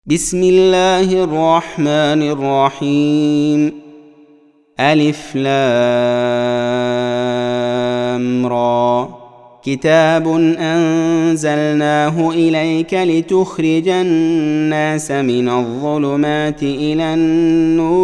بسم الله الرحمن الرحيم. ألف لام را. كتاب أنزلناه إليك لتخرج الناس من الظلمات إلى النور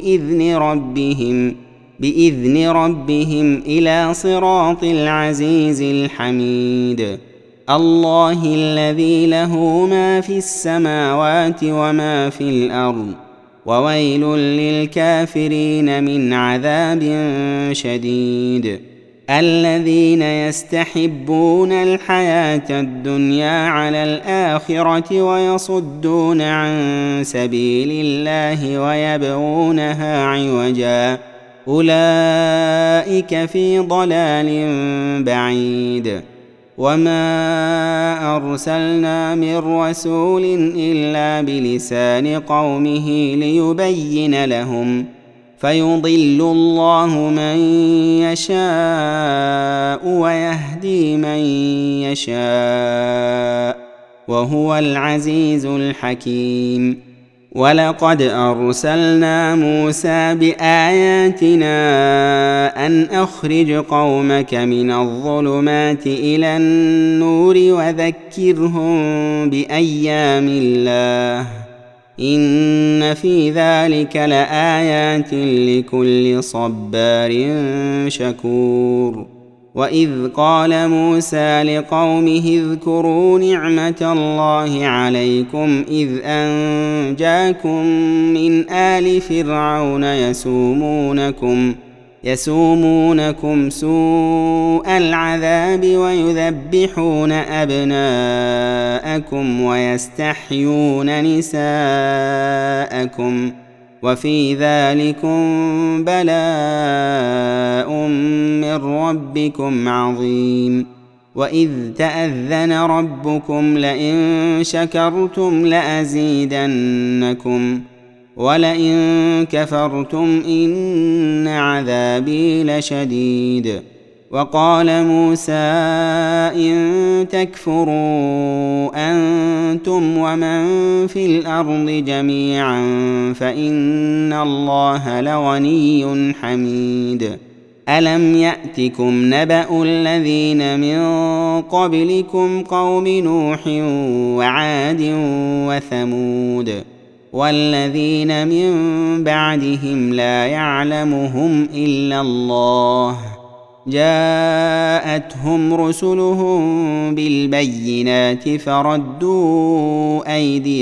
بإذن ربهم إلى صراط العزيز الحميد. الله الذي له ما في السماوات وما في الأرض، وويل للكافرين من عذاب شديد. الذين يستحبون الحياة الدنيا على الآخرة ويصدون عن سبيل الله ويبغونها عوجا، أولئك في ضلال بعيد. وما أرسلنا من رسول إلا بلسان قومه ليبين لهم، فيضل الله من يشاء ويهدي من يشاء، وهو العزيز الحكيم. ولقد أرسلنا موسى بآياتنا أن أخرج قومك من الظلمات إلى النور وذكرهم بأيام الله، إن في ذلك لآيات لكل صبار شكور. وإذ قال موسى لقومه اذكروا نعمة الله عليكم إذ أنجاكم من آل فرعون يسومونكم سوء العذاب ويذبحون أبناءكم ويستحيون نساءكم، وفي ذلكم بلاء من ربكم عظيم. وإذ تأذن ربكم لئن شكرتم لأزيدنكم ولئن كفرتم إن عذابي لشديد. وقال موسى إن تكفروا أنتم ومن في الأرض جميعا فإن الله لغني حميد. ألم يأتكم نبأ الذين من قبلكم قوم نوح وعاد وثمود والذين من بعدهم لا يعلمهم إلا الله، جاءتهم رسلهم بالبينات فردوا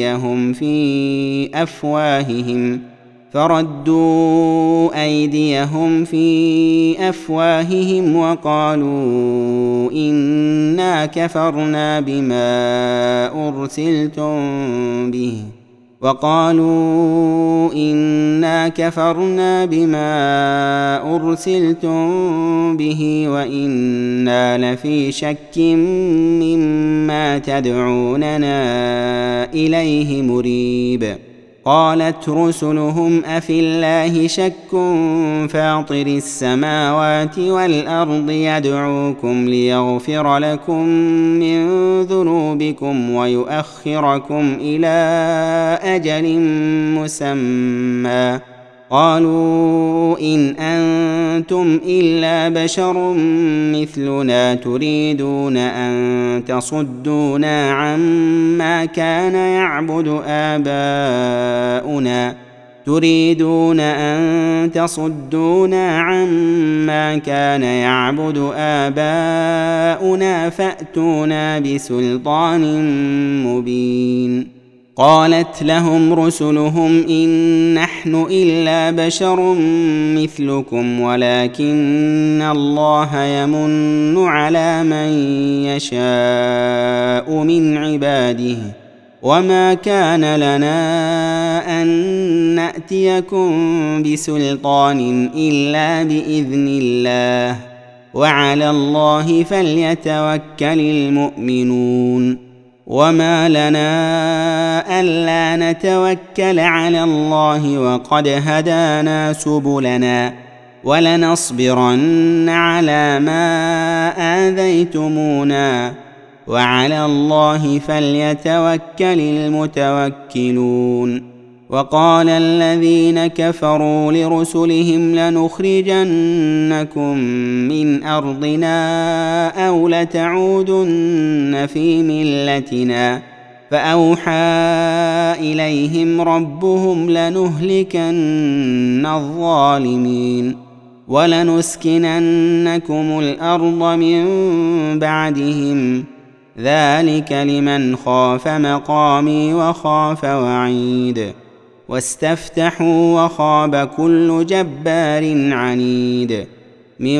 أيديهم في أفواههم وقالوا إنا كفرنا بما أرسلتم به وإنا لفي شك مما تدعوننا إليه مريب. قالت رسلهم أفي الله شك فاطر السماوات والأرض يدعوكم ليغفر لكم من ذنوبكم ويؤخركم إلى أجل مسمى، قالوا إن أنتم إلا بشر مثلنا تريدون أن تصدونا عما كان يعبد آباؤنا فأتونا بسلطان مبين. قالت لهم رسلهم إن نحن إلا بشر مثلكم ولكن الله يمن على من يشاء من عباده، وما كان لنا أن نأتيكم بسلطان إلا بإذن الله، وعلى الله فليتوكل المؤمنون. وما لنا ألا نتوكل على الله وقد هدانا سبلنا ولنصبرن على ما آذيتمونا وعلى الله فليتوكل المتوكلون. وقال الذين كفروا لرسلهم لنخرجنكم من أرضنا أو لتعودن في ملتنا فأوحى إليهم ربهم لنهلكن الظالمين ولنسكننكم الأرض من بعدهم ذلك لمن خاف مقامي وخاف وعيد. واستفتحوا وخاب كل جبار عنيد من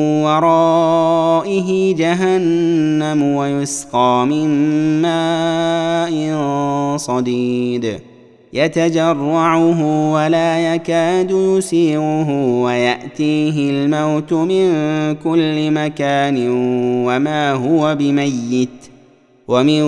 ورائه جهنم ويسقى من ماء صديد يتجرعه ولا يكاد يسيغه ويأتيه الموت من كل مكان وما هو بميت ومن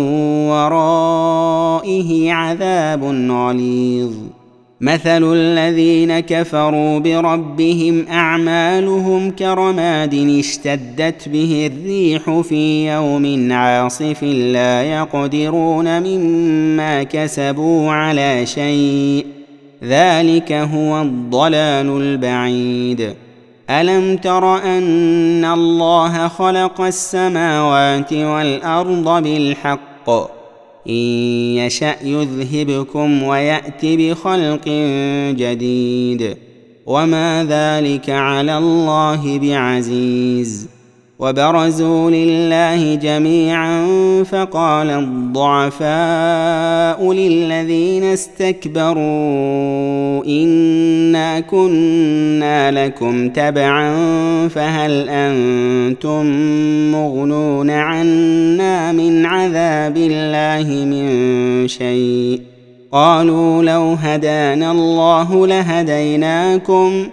ورائه عذاب غليظ. مثل الذين كفروا بربهم أعمالهم كرماد اشتدت به الريح في يوم عاصف لا يقدرون مما كسبوا على شيء ذلك هو الضلال البعيد. ألم تر أن الله خلق السماوات والأرض بالحق إن يشأ يذهبكم ويأت بخلق جديد وما ذلك على الله بعزيز. وبرزوا لله جميعا فقال الضعفاء للذين استكبروا إنا كنا لكم تبعا فهل أنتم مغنون عنا من عذاب الله من شيء قالوا لو هدانا الله لهديناكم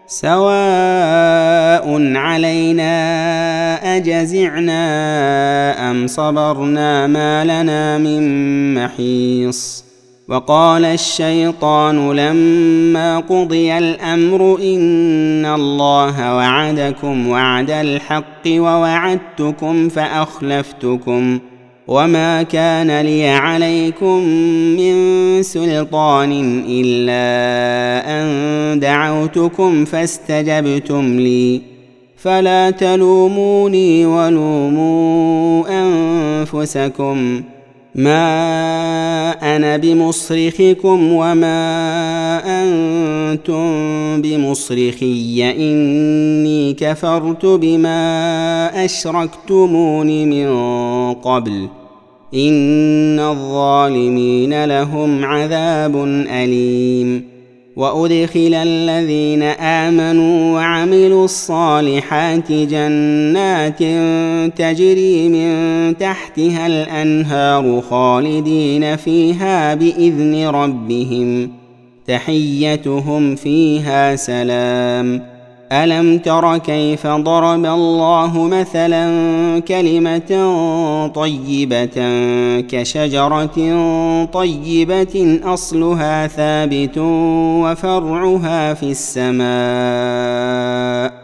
سواء علينا أجزعنا أم صبرنا ما لنا من محيص. وقال الشيطان لما قضي الأمر إن الله وعدكم وعد الحق ووعدتكم فأخلفتكم وما كان لي عليكم من سلطان إلا أن دعوتكم فاستجبتم لي فلا تلوموني ولوموا أنفسكم ما أنا بمصرخكم وما أنتم بمصرخي إني كفرت بما أشركتمون من قبل إن الظالمين لهم عذاب أليم. وأدخل الذين آمنوا وعملوا الصالحات جنات تجري من تحتها الأنهار خالدين فيها بإذن ربهم تحيتهم فيها سلام. ألم تر كيف ضرب الله مثلا كلمة طيبة كشجرة طيبة أصلها ثابت وفرعها في السماء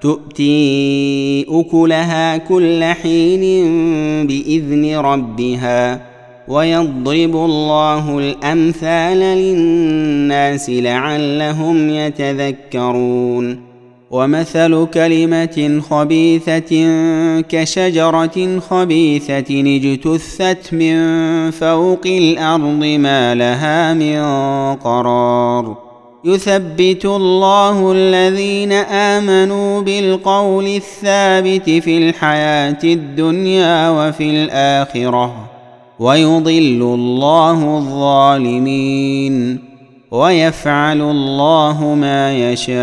تؤتي أكلها كل حين بإذن ربها ويضرب الله الأمثال للناس لعلهم يتذكرون. ومثل كلمة خبيثة كشجرة خبيثة اجتثت من فوق الأرض ما لها من قرار يثبت الله الذين آمنوا بالقول الثابت في الحياة الدنيا وفي الآخرة ويضل الله الظالمين ويفعل الله ما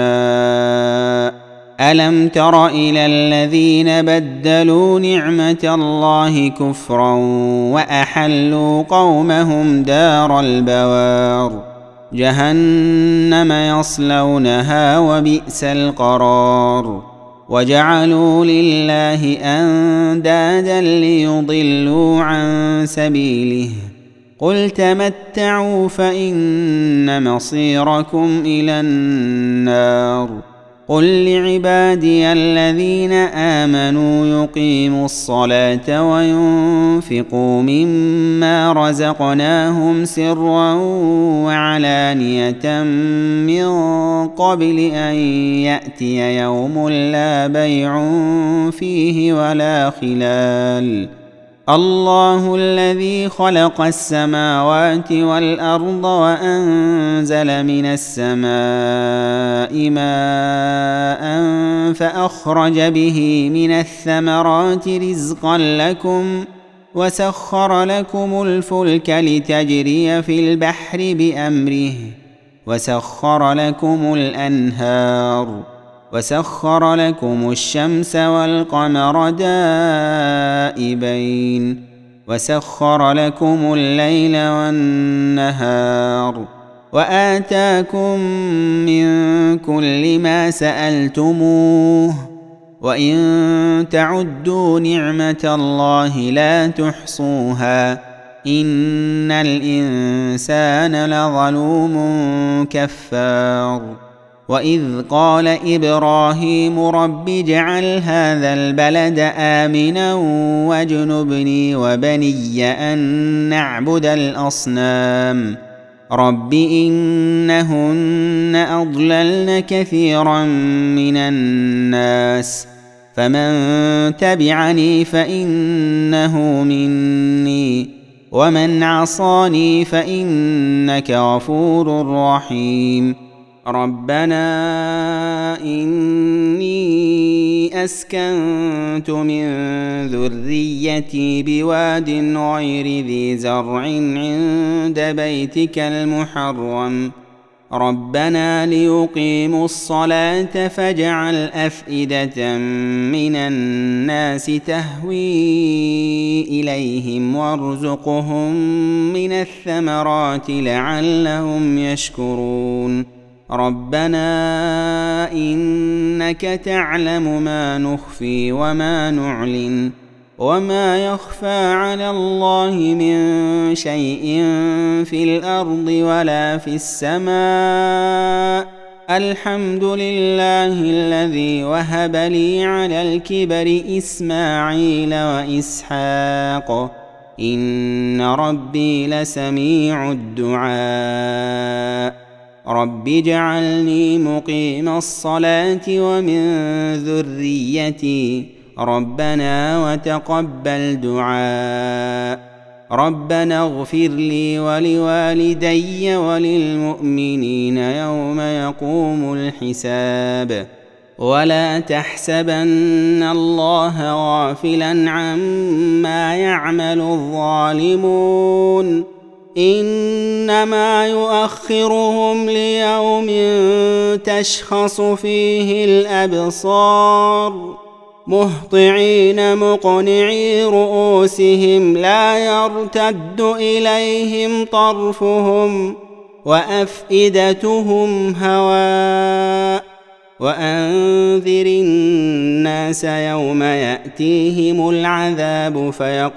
يشاء. ألم تر إلى الذين بدلوا نعمة الله كفرا وأحلوا قومهم دار البوار جهنم يصلونها وبئس القرار وجعلوا لله أندادا ليضلوا عن سبيله قل تمتعوا فإن مصيركم إلى النار قل لعبادي الذين آمنوا يقيموا الصلاة وينفقوا مما رزقناهم سرا وعلانية من قبل أن يأتي يوم لا بيع فيه ولا خلال. الله الذي خلق السماوات والأرض وأنزل من السماء ماء فأخرج به من الثمرات رزقا لكم وسخر لكم الفلك لتجري في البحر بأمره وسخر لكم الأنهار وسخر لكم الشمس والقمر دائبين وسخر لكم الليل والنهار وآتاكم من كل ما سألتموه وإن تعدوا نعمة الله لا تحصوها إن الإنسان لظلوم كفار. وإذ قال إبراهيم رب اجعل هذا البلد آمنا واجنبني وبني أن نعبد الأصنام رب إنهن أضللن كثيرا من الناس فمن تبعني فإنه مني ومن عصاني فإنك غفور رحيم. ربنا إني أسكنت من ذريتي بواد غير ذي زرع عند بيتك المحرم ربنا ليقيموا الصلاة فاجعل أفئدة من الناس تهوي إليهم وارزقهم من الثمرات لعلهم يشكرون. ربنا إنك تعلم ما نخفي وما نعلن وما يخفى على الله من شيء في الأرض ولا في السماء. الحمد لله الذي وهب لي على الكبر إسماعيل وإسحاق إن ربي لسميع الدعاء. رب اجعلني مقيم الصلاة ومن ذريتي ربنا وتقبل دعاء. ربنا اغفر لي ولوالدي وللمؤمنين يوم يقوم الحساب. ولا تحسبن الله غافلا عما يعمل الظالمون إنما يؤخرهم ليوم تشخص فيه الأبصار مهطعين مقنعي رؤوسهم لا يرتد إليهم طرفهم وأفئدتهم هواء. وأنذر الناس يوم يأتيهم العذاب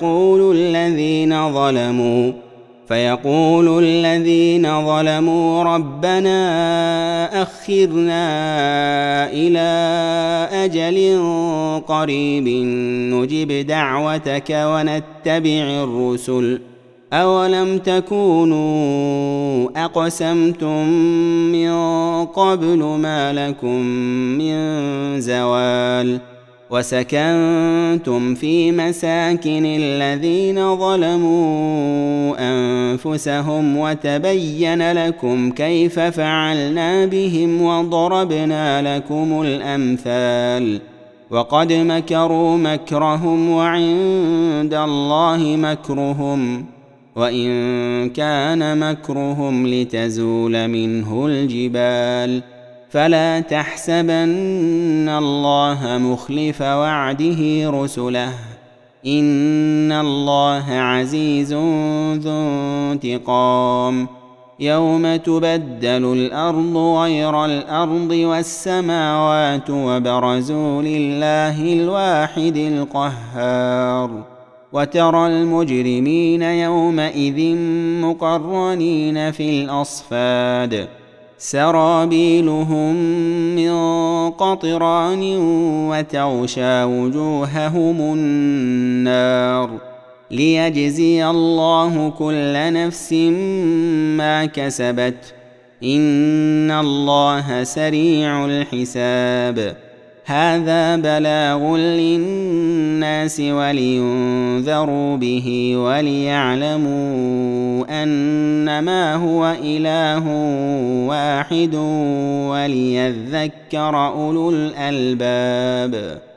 فيقول الذين ظلموا ربنا أخرنا إلى أجل قريب نجب دعوتك ونتبع الرسل أولم تكونوا أقسمتم من قبل ما لكم من زوال وسكنتم في مساكن الذين ظلموا أنفسهم وتبين لكم كيف فعلنا بهم وضربنا لكم الأمثال. وقد مكروا مكرهم وعند الله مكرهم وإن كان مكرهم لتزول منه الجبال. فلا تحسبن الله مخلف وعده رسله إن الله عزيز ذو انتقام. يوم تبدل الأرض غير الأرض والسماوات وبرزوا لله الواحد القهار. وترى المجرمين يومئذ مقرنين في الأصفاد سرابيلهم من قطران وتغشى وجوههم النار ليجزي الله كل نفس ما كسبت إن الله سريع الحساب. هذا بلاغ للناس ولينذروا به وليعلموا أنما هو إله واحد وليذكر أولو الألباب.